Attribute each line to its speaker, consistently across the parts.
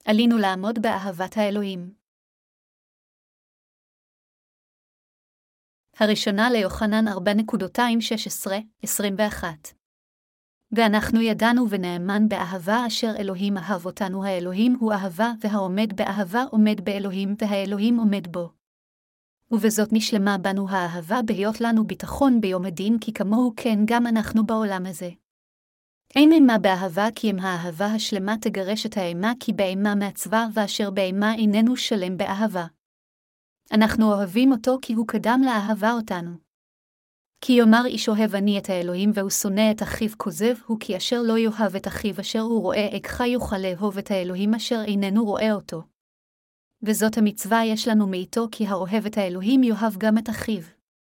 Speaker 1: עלינו לעמוד באהבת האלוהים. הראשונה ליוחנן 4:16-21. ואנחנו ידענו ונאמן באהבה אשר אלוהים אהב אותנו. האלוהים הוא אהבה, והעומד באהבה עומד באלוהים, והאלוהים עומד בו. ובזאת נשלמה בנו האהבה, בהיות לנו ביטחון ביום הדין, כי כמוהו כן גם אנחנו בעולם הזה. אין אימה באהבה, כי אם האהבה השלמה תגרש את האימה, כי באימה מעצבה, ואשר באימה איננו שלם באהבה. אנחנו אוהבים אותו כי הוא קדם לאהבה אותנו. כי יאמר איש אוהב אני את האלוהים, והוא שונא את אחיו, כוזב הוא, כי אשר לא יאהב את אחיו אשר הוא רואה, איך יוכל לאהוב את האלוהים אשר איננו רואה אותו. וזאת המצווה יש לנו מאיתו, כי האוהב את האלוהים יאהב גם את אחיו.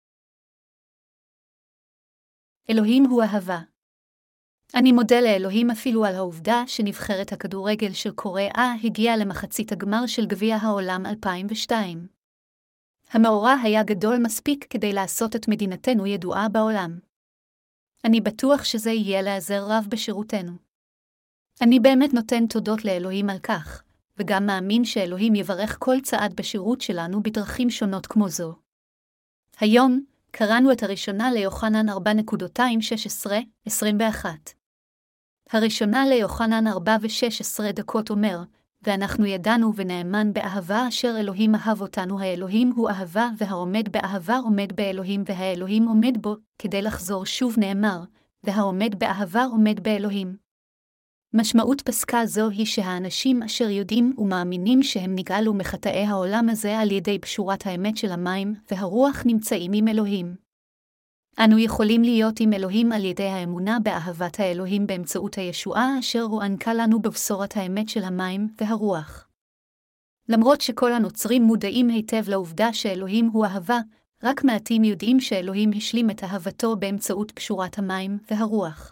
Speaker 1: אלוהים הוא אהבה. אני מודה לאלוהים אפילו על העובדה שנבחרת הכדורגל של קוריאה הגיעה למחצית הגמר של גביע העולם 2002. המאורע היה גדול מספיק כדי לעשות את מדינתנו ידועה בעולם. אני בטוח שזה יהיה לעזר רב בשירותנו. אני באמת נותן תודות לאלוהים על כך, וגם מאמין שאלוהים יברך כל צעד בשירות שלנו בדרכים שונות כמו זו. היום קראנו את הראשונה ליוחנן 4:16-21. הראשונה ליוחנן 4:16 אומר, ואנחנו ידענו ונאמן באהבה אשר אלוהים אהב אותנו. האלוהים הוא אהבה, והעומד באהבה עומד באלוהים, והאלוהים עומד בו. כדי לחזור שוב נאמר, והעומד באהבה עומד באלוהים. משמעות פסקה זו היא שהאנשים אשר יודעים ומאמינים שהם נגאלו מחטאי העולם הזה על ידי פשורת האמת של המים והרוח נמצאים עם אלוהים. אנו יכולים להיות עם אלוהים על ידי האמונה באהבת האלוהים באמצעות הישועה אשר הוענקה לנו בבשורת האמת של המים והרוח. למרות שכל הנוצרים מודעים היטב לעובדה שאלוהים הוא אהבה, רק מעטים יודעים שאלוהים השלים את אהבתו באמצעות פשורת המים והרוח.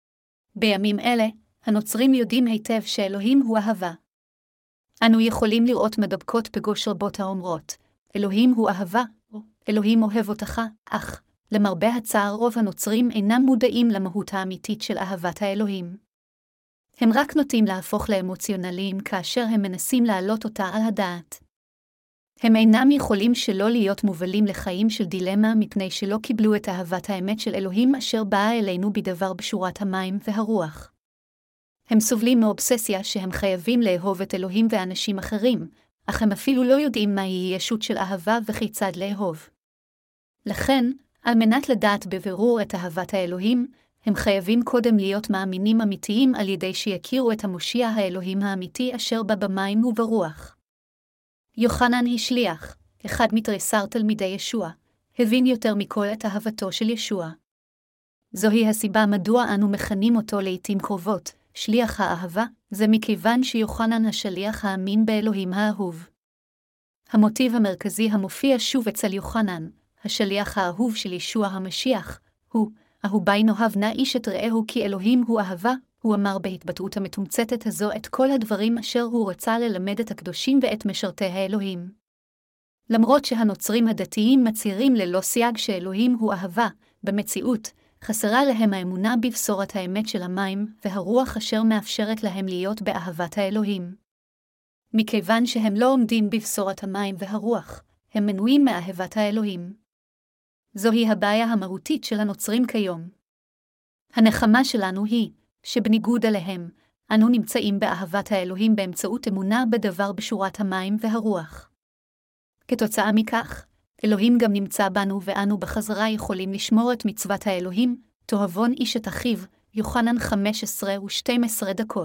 Speaker 1: בימים אלה, הנוצרים יודעים היטב שאלוהים הוא אהבה. אנו יכולים לראות מדבקות פגוש רבות האומרות, אלוהים הוא אהבה, או אלוהים אוהב אותך, אך למרבה הצער רוב הנוצרים אינם מודעים למהות האמיתית של אהבת האלוהים. הם רק נוטים להפוך לאמוציונליים כאשר הם מנסים להעלות אותה על הדעת. הם אינם יכולים שלא להיות מובלים לחיים של דילמה מפני שלא קיבלו את אהבת האמת של אלוהים אשר באה אלינו בדבר בשורת המים והרוח. הם סובלים מאובססיה שהם חייבים לאהוב את אלוהים ואנשים אחרים, אך הם אפילו לא יודעים מהי ישות של אהבה וכיצד לאהוב. לכן, על מנת לדעת בבירור את אהבת האלוהים, הם חייבים קודם להיות מאמינים אמיתיים על ידי שיכירו את המושיע האלוהים האמיתי אשר בא במים וברוח. יוחנן השליח, אחד מתריסר תלמידי ישוע, הבין יותר מכל את אהבתו של ישוע. זוהי הסיבה מדוע אנו מכנים אותו לעתים קרובות, שליח האהבה, זה מכיוון שיוחנן השליח האמין באלוהים האהוב. המוטיב המרכזי המופיע שוב אצל יוחנן, השליח האהוב של ישוע המשיח, הוא, אהובי נאהב נא איש את רעהו כי אלוהים הוא אהבה, הוא אמר בהתבטאות המתומצתת הזו את כל הדברים אשר הוא רצה ללמד את הקדושים ואת משרתי האלוהים. למרות שהנוצרים הדתיים מצהירים ללא סייג שאלוהים הוא אהבה, במציאות, חסרה להם האמונה בבשורת האמת של המים והרוח אשר מאפשרת להם להיות באהבת האלוהים. מכיוון שהם לא עומדים בבשורת המים והרוח, הם מנועים מאהבת האלוהים. זוהי הבעיה המהותית של הנוצרים כיום. הנחמה שלנו היא, שבניגוד אליהם, אנו נמצאים באהבת האלוהים באמצעות אמונה בדבר בשורת המים והרוח. כתוצאה מכך, אלוהים גם נמצא בנו ואנו בחזרה יכולים לשמור את מצוות האלוהים, תאהבון איש את אחיו, יוחנן 15:12.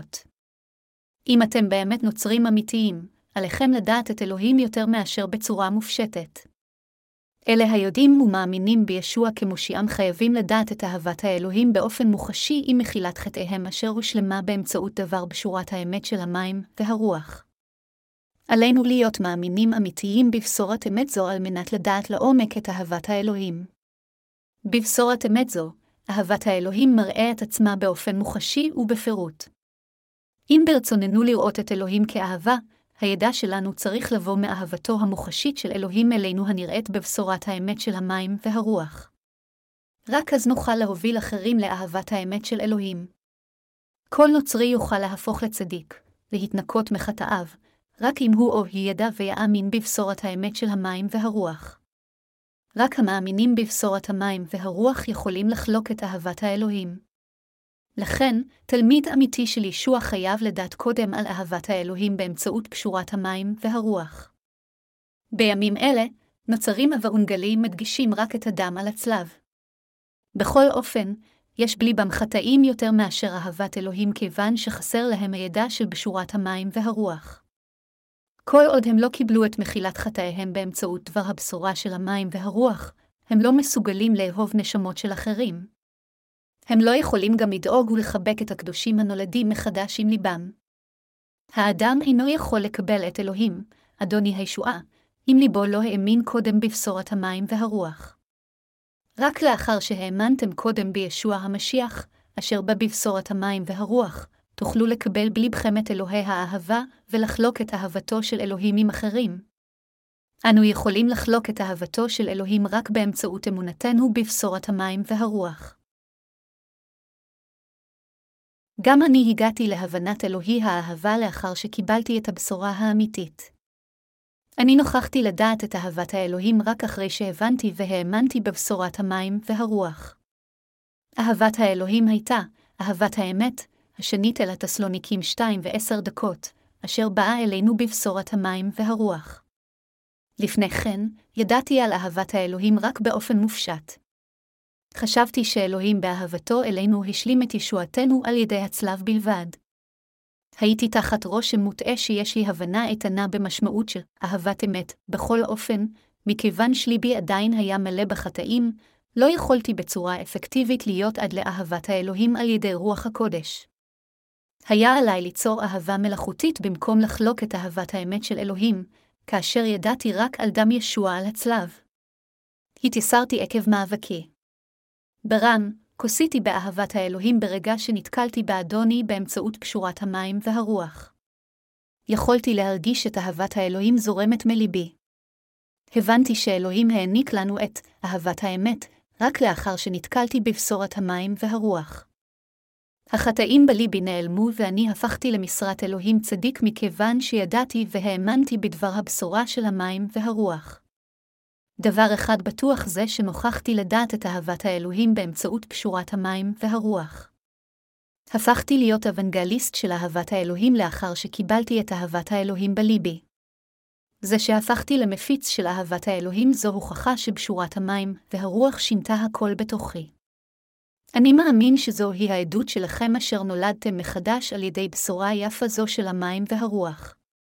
Speaker 1: אם אתם באמת נוצרים אמיתיים, עליכם לדעת את אלוהים יותר מאשר בצורה מופשטת. אלה היודעים ומאמינים בישוע כמושיעם חייבים לדעת את אהבת האלוהים באופן מוחשי עם מחילת חטאיהם אשר הושלמה באמצעות דבר בשורת האמת של המים והרוח. עלינו להיות מאמינים אמיתיים בבשורת אמת זו על מנת לדעת לעומק את אהבת האלוהים. בבשורת אמת זו, אהבת האלוהים מראה את עצמה באופן מוחשי ובפירוט. אם ברצוננו לראות את אלוהים כאהבה, הידע שלנו צריך לבוא מאהבתו המוחשית של אלוהים אלינו הנראית בבשורת האמת של המים והרוח. רק אז נוכל להוביל אחרים לאהבת האמת של אלוהים. כל נוצרי יוכל להפוך לצדיק, להתנקות מחטאיו, רק אם הוא או היא ידע ויאמין בבשורת האמת של המים והרוח. רק המאמינים בבשורת המים והרוח יכולים לחלוק את אהבת האלוהים. לכן, תלמיד אמיתי של ישוע חייב לדעת קודם על אהבת האלוהים באמצעות פשורת המים והרוח. בימים אלה, נוצרים אוונגלים מדגישים רק את הדם על הצלב. בכל אופן, יש בליבם חטאים יותר מאשר אהבת אלוהים כיוון שחסר להם הידע של בשורת המים והרוח. כל עוד הם לא קיבלו את מחילת חטאיהם באמצעות דבר הבשורה של המים והרוח, הם לא מסוגלים לאהוב נשמות של אחרים. הם לא יכולים גם לדאוג ולחבק את הקדושים הנולדים מחדש עם ליבם. האדם אינו יכול לקבל את אלוהים, אדוני הישועה, אם ליבו לא האמין קודם בבשורת המים והרוח. רק לאחר שהאמנתם קודם בישוע המשיח, אשר בא בבשורת המים והרוח, תוכלו לקבל בליבכם את אלוהי האהבה ולחלוק את אהבתו של אלוהים עם אחרים. אנו יכולים לחלוק את אהבתו של אלוהים רק באמצעות אמונתנו בבשורת המים והרוח. גם אני הגעתי להבנת אלוהי האהבה לאחר שקיבלתי את הבשורה האמיתית. אני נוכחתי לדעת את אהבת האלוהים רק אחרי שהבנתי והאמנתי בבשורת המים והרוח. אהבת האלוהים הייתה, אהבת האמת, השנית אל התסלוניקים 2:10, אשר באה אלינו בבשורת המים והרוח. לפני כן, ידעתי על אהבת האלוהים רק באופן מופשט. חשבתי שאלוהים באהבתו אלינו השלים את ישועתנו על ידי הצלב בלבד. הייתי תחת רושם מוטעה שיש לי הבנה איתנה במשמעות של אהבת אמת. בכל אופן, מכיוון שליבי עדיין היה מלא בחטאים, לא יכולתי בצורה אפקטיבית להיות עד לאהבת האלוהים על ידי רוח הקודש. היה עליי ליצור אהבה מלאכותית במקום לחלוק את אהבת האמת של אלוהים, כאשר ידעתי רק על דם ישוע על הצלב. התייסרתי עקב מאבקי. ברם, כוסיתי באהבת האלוהים ברגע שנתקלתי באדוני באמצעות פשורת המים והרוח. יכולתי להרגיש את אהבת האלוהים זורמת מליבי. הבנתי שאלוהים העניק לנו את אהבת האמת רק לאחר שנתקלתי בבשורת המים והרוח. החטאים בליבי נעלמו ואני הפכתי למשרת אלוהים צדיק מכיוון שידעתי והאמנתי בדבר הבשורה של המים והרוח. דבר אחד בטוח זה שנוכחתי לדעת את אהבת האלוהים באמצעות פשורת המים והרוח. הפכתי להיות אוונגליסט של אהבת האלוהים לאחר שקיבלתי את אהבת האלוהים בליבי. זה שהפכתי למפיץ של אהבת האלוהים זו הוכחה שבשורת המים והרוח שינתה הכל בתוכי. אני מאמין שזוהי העדות שלכם אשר נולדתם מחדש על ידי בשורה יפה זו של המים והרוח.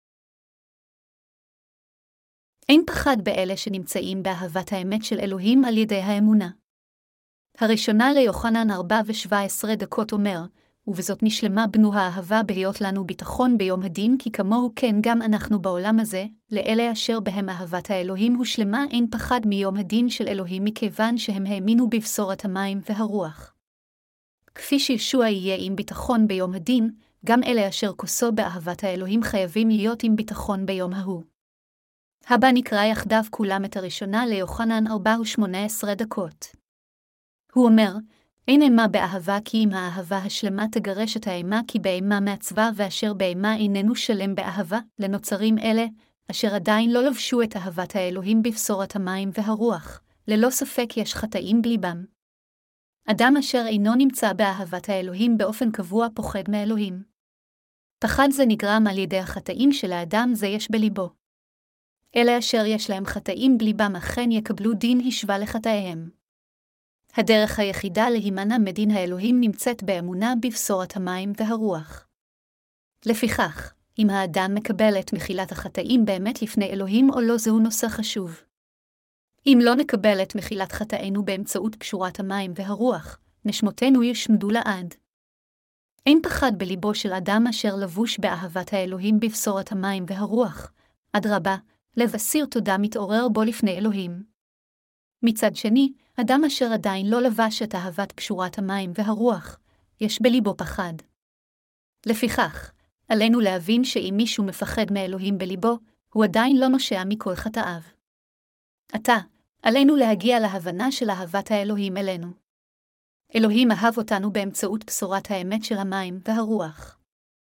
Speaker 1: אין פחד באלה שנמצאים באהבת האמת של אלוהים על ידי האמונה. הראשונה ליוחנן 4:17 אומר, ובזאת נשלמה בנו האהבה בהיות לנו ביטחון ביום הדין, כי כמוהו כן גם אנחנו בעולם הזה, לאלה אשר בהם אהבת האלוהים הושלמה אין פחד מיום הדין של אלוהים מכיוון שהם האמינו בבשורת המים והרוח. כפי שישוע יהיה עם ביטחון ביום הדין, גם אלה אשר כוסו באהבת האלוהים חייבים להיות עם ביטחון ביום ההוא. הבא נקרא יחדיו כולם את הראשונה ליוחנן 4:18. הוא אומר, אין אימה באהבה כי אם האהבה השלמה תגרש את האימה כי באימה מעצבה ואשר באימה איננו שלם באהבה, לנוצרים אלה, אשר עדיין לא לבשו את אהבת האלוהים בבשורת המים והרוח, ללא ספק יש חטאים בליבם. אדם אשר אינו נמצא באהבת האלוהים באופן קבוע פוחד מאלוהים. פחד זה נגרם על ידי החטאים של האדם זה יש בליבו. אלה אשר יש להם חטאים בליבם אכן יקבלו דין השווה לחטאיהם. הדרך היחידה להימנע מדין האלוהים נמצאת באמונה בבשורת המים והרוח. לפיכך, אם האדם מקבל את מחילת החטאים באמת לפני אלוהים או לא זהו נושא חשוב. אם לא נקבל את מחילת חטאינו באמצעות פשורת המים והרוח, נשמותינו ישמדו לעד. אין פחד בליבו של אדם אשר לבוש באהבת האלוהים בבשורת המים והרוח, אדרבה, לב אסיר תודה מתעורר בו לפני אלוהים. מצד שני, אדם אשר עדיין לא לבש את אהבת פשורת המים והרוח, יש בליבו פחד. לפיכך, עלינו להבין שאם מישהו מפחד מאלוהים בליבו, הוא עדיין לא נושע מכל חטאיו. עתה, עלינו להגיע להבנה של אהבת האלוהים אלינו. אלוהים אהב אותנו באמצעות בשורת האמת של המים והרוח.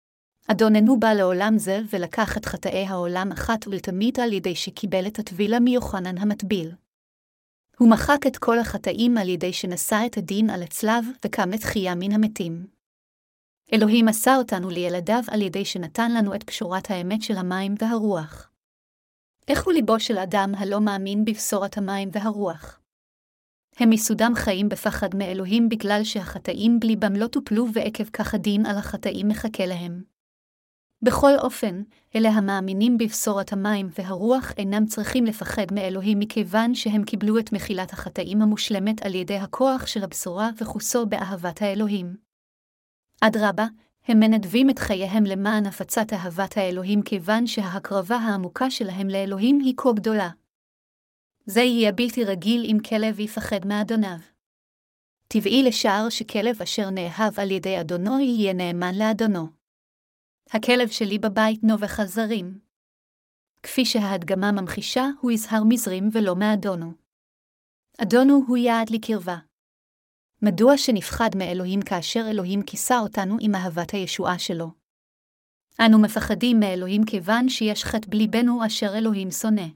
Speaker 1: אדוננו בא לעולם זה ולקח את חטאי העולם אחת ולתמיד על ידי שקיבל את הטבילה מיוחנן המטביל. הוא מחק את כל החטאים על ידי שנשא את הדין על הצלב וקם לתחייה מן המתים. אלוהים עשה אותנו לילדיו על ידי שנתן לנו את בשורת האמת של המים והרוח. איך הוא ליבו של אדם הלא מאמין בבשורת המים והרוח? הם מסודם חיים בפחד מאלוהים בגלל שהחטאים בליבם לא טופלו ועקב כך הדין על החטאים מחכה להם. בכל אופן, אלה המאמינים בבשורת המים והרוח אינם צריכים לפחד מאלוהים מכיוון שהם קיבלו את מחילת החטאים המושלמת על ידי הכוח של הבשורה וחוסו באהבת האלוהים. אדרבה, הם מנדבים את חייהם למען הפצת אהבת האלוהים כיוון שההקרבה העמוקה שלהם לאלוהים היא כה גדולה. זה יהיה בלתי רגיל אם כלב יפחד מאדוניו. טבעי לשער שכלב אשר נאהב על ידי אדונו יהיה נאמן לאדונו. הכלב שלי בבית נובח על זרים. כפי שההדגמה ממחישה, הוא יזהר מזרים ולא מאדונו. אדונו הוא יעד לקרבה. מדוע שנפחד מאלוהים כאשר אלוהים כיסה אותנו עם אהבת הישועה שלו? אנו מפחדים מאלוהים כיוון שיש חטא בליבנו אשר אלוהים שונא.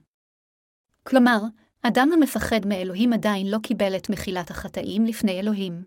Speaker 1: כלומר, אדם המפחד מאלוהים עדיין לא קיבל את מחילת החטאים לפני אלוהים.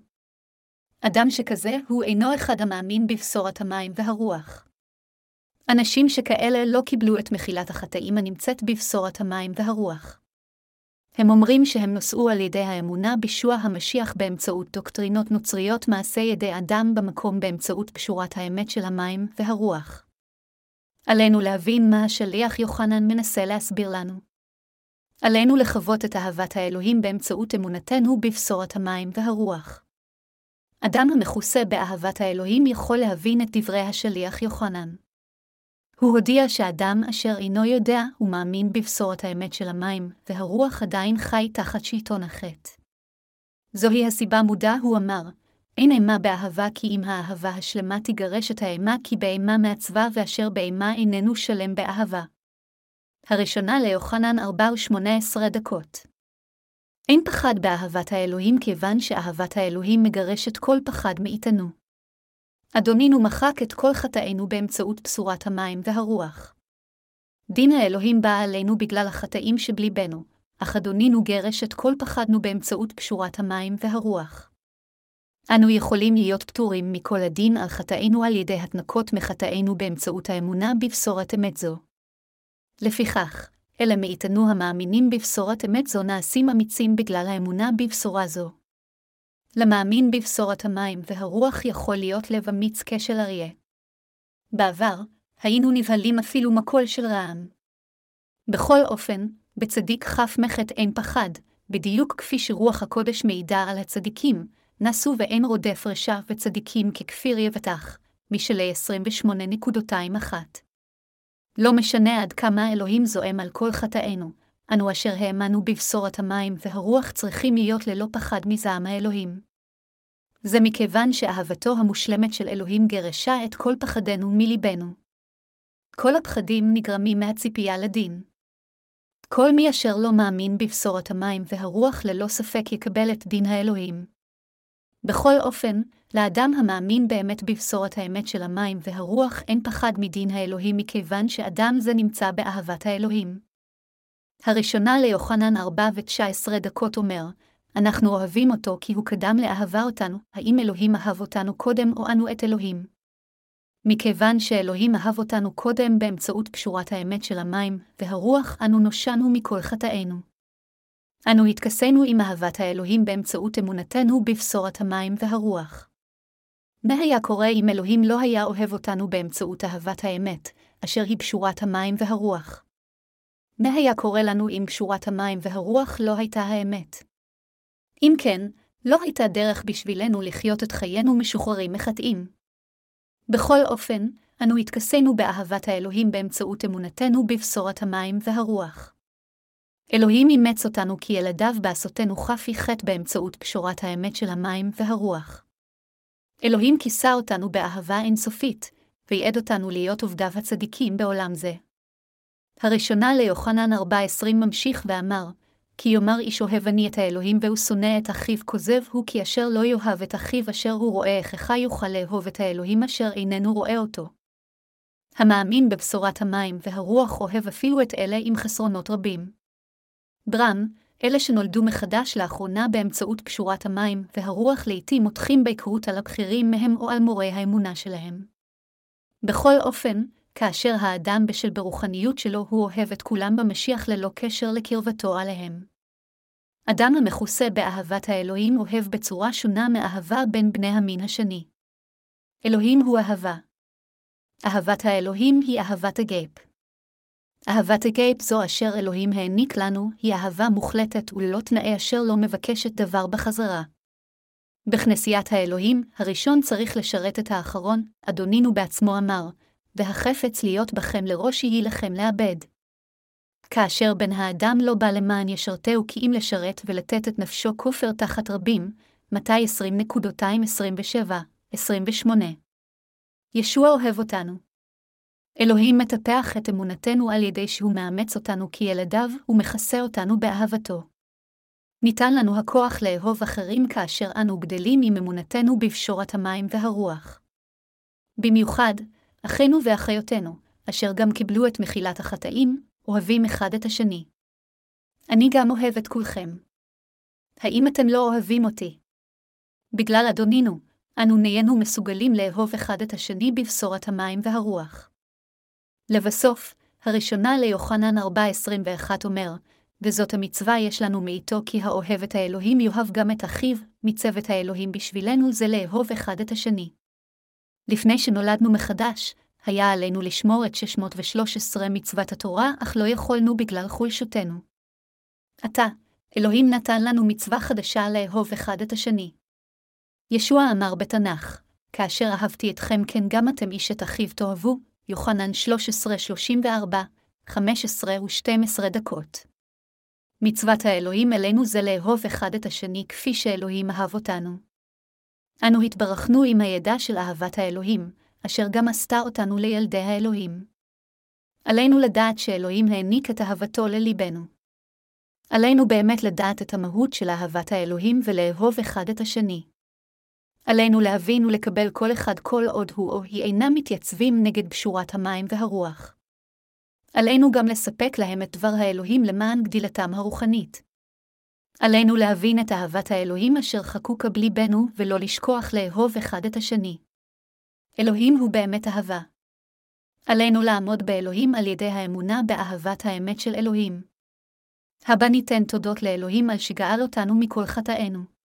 Speaker 1: אדם שכזה הוא אינו אחד המאמין בבשורת המים והרוח. אנשים שכאלה לא קיבלו את מחילת החטאים הנמצאת בבשורת המים והרוח. הם אומרים שהם נושאו על ידי האמונה בישוע המשיח באמצעות דוקטרינות נוצריות מעשה ידי אדם במקום באמצעות בשורת האמת של המים והרוח. עלינו להבין מה השליח יוחנן מנסה להסביר לנו. עלינו לחוות את אהבת האלוהים באמצעות אמונתנו בבשורת המים והרוח. אדם המכוסה באהבת האלוהים יכול להבין את דברי השליח יוחנן. הוא הודיע שאדם אשר אינו יודע ומאמין בבשורת האמת של המים והרוח עדיין חי תחת שלטון החטא. זוהי הסיבה מודע הוא אמר, אין אימה באהבה כי אם האהבה השלמה תגרש את האימה כי באימה מעצבה ואשר באימה איננו שלם באהבה. הראשונה ליוחנן 4:18. אין פחד באהבת האלוהים כיוון שאהבת האלוהים מגרשת כל פחד מאיתנו. אדונינו מחק את כל חטאינו באמצעות בשורת המים והרוח. דין האלוהים בא עלינו בגלל החטאים שבליבנו, אך אדונינו גרש את כל פחדנו באמצעות בשורת המים והרוח. אנו יכולים להיות פטורים מכל הדין על חטאינו על ידי התנקות מחטאינו באמצעות האמונה בבשורת אמת זו. לפיכך, אלה מאיתנו המאמינים בבשורת אמת זו נעשים אמיצים בגלל האמונה בבשורה זו. למאמין בבשורת המים והרוח יכול להיות לב אמיץ כשל אריה. בעבר, היינו נבהלים אפילו מקול של רעם. בכל אופן, בצדיק חף מחטא אין פחד, בדיוק כפי שרוח הקודש מעידה על הצדיקים, נסו ואין רודף רשע וצדיקים ככפיר יבטח, משלי 28.21. לא משנה עד כמה אלוהים זועם על כל חטאינו, אנו אשר האמנו בבשורת המים והרוח צריכים להיות ללא פחד מזעם האלוהים. זה מכיוון שאהבתו המושלמת של אלוהים גרשה את כל פחדנו מליבנו. כל הפחדים נגרמים מהציפייה לדין. כל מי אשר לא מאמין בבשורת המים והרוח ללא ספק יקבל את דין האלוהים. בכל אופן, לאדם המאמין באמת בבשורת האמת של המים והרוח אין פחד מדין האלוהים מכיוון שאדם זה נמצא באהבת האלוהים. הראשונה ליוחנן 4:19 אומר, אנחנו אוהבים אותו כי הוא קדם לאהבה אותנו, האם אלוהים אהב אותנו קודם או אנו את אלוהים? מכיוון שאלוהים אהב אותנו קודם באמצעות בשורת האמת של המים והרוח, אנו נושענו מכל חטאינו. אנו התכסינו עם אהבת האלוהים באמצעות אמונתנו בבשורת המים והרוח. מה היה קורה אם אלוהים לא היה אוהב אותנו באמצעות אהבת האמת, אשר היא בשורת המים והרוח? מה היה קורה לנו אם בשורת המים והרוח לא הייתה האמת? אם כן, לא הייתה דרך בשבילנו לחיות את חיינו משוחררים מחטאים. בכל אופן, אנו התכסינו באהבת האלוהים באמצעות אמונתנו בבשורת המים והרוח. אלוהים אימץ אותנו כי ילדיו בעשותנו חפי חטא באמצעות בשורת האמת של המים והרוח. אלוהים כיסה אותנו באהבה אינסופית, ויעד אותנו להיות עובדיו הצדיקים בעולם זה. הראשונה ליוחנן 4:20 ממשיך ואמר, כי יאמר איש אוהב אני את האלוהים והוא שונא את אחיו כוזב הוא כי אשר לא יאהב את אחיו אשר הוא רואה איך יוכל לאהוב את האלוהים אשר איננו רואה אותו. המאמין בבשורת המים והרוח אוהב אפילו את אלה עם חסרונות רבים. ברם, אלה שנולדו מחדש לאחרונה באמצעות קשורת המים והרוח לעתים מותחים בהיכרות על הבכירים מהם או על מורי האמונה שלהם. בכל אופן, כאשר האדם בשל ברוחניות שלו הוא אוהב את כולם במשיח ללא קשר לקרבתו עליהם. אדם המכוסה באהבת האלוהים אוהב בצורה שונה מאהבה בין בני המין השני. אלוהים הוא אהבה. אהבת האלוהים היא אהבת אגייפ. אהבת אגייפ זו אשר אלוהים העניק לנו היא אהבה מוחלטת וללא תנאי אשר לא מבקשת דבר בחזרה. בכנסיית האלוהים, הראשון צריך לשרת את האחרון, אדונינו בעצמו אמר, והחפץ להיות בכם לראש יהי לכם לאבד. כאשר בן האדם לא בא למען ישרתהו כי אם לשרת ולתת את נפשו כופר תחת רבים, מתי 20.27-28. ישוע אוהב אותנו. אלוהים מטפח את אמונתנו על ידי שהוא מאמץ אותנו כילדיו ומכסה אותנו באהבתו. ניתן לנו הכוח לאהוב אחרים כאשר אנו גדלים עם אמונתנו בפשורת המים והרוח. במיוחד, אחינו ואחיותינו, אשר גם קיבלו את מחילת החטאים, אוהבים אחד את השני. אני גם אוהב את כולכם. האם אתם לא אוהבים אותי? בגלל אדונינו, אנו נהיינו מסוגלים לאהוב אחד את השני בבשורת המים והרוח. לבסוף, הראשונה ליוחנן 4:21 אומר, וזאת המצווה יש לנו מאיתו כי האוהב את האלוהים יאהב גם את אחיו, מצוות האלוהים בשבילנו זה לאהוב אחד את השני. לפני שנולדנו מחדש, היה עלינו לשמור את 613 מצוות התורה, אך לא יכולנו בגלל חולשותנו. עתה, אלוהים נתן לנו מצווה חדשה לאהוב אחד את השני. ישוע אמר בתנ"ך, כאשר אהבתי אתכם כן גם אתם איש את אחיו תאהבו, יוחנן 13:34, 15 ו-12 דקות. מצוות האלוהים אלינו זה לאהוב אחד את השני כפי שאלוהים אהב אותנו. אנו התברכנו עם הידע של אהבת האלוהים, אשר גם עשתה אותנו לילדי האלוהים. עלינו לדעת שאלוהים העניק את אהבתו לליבנו. עלינו באמת לדעת את המהות של אהבת האלוהים ולאהוב אחד את השני. עלינו להבין ולקבל כל אחד כל עוד הוא או היא אינם מתייצבים נגד בשורת המים והרוח. עלינו גם לספק להם את דבר האלוהים למען גדילתם הרוחנית. עלינו להבין את אהבת האלוהים אשר חקוקה בליבנו ולא לשכוח לאהוב אחד את השני. אלוהים הוא באמת אהבה. עלינו לעמוד באלוהים על ידי האמונה באהבת האמת של אלוהים. הבא ניתן תודות לאלוהים על שגאל אותנו מכל חטאינו.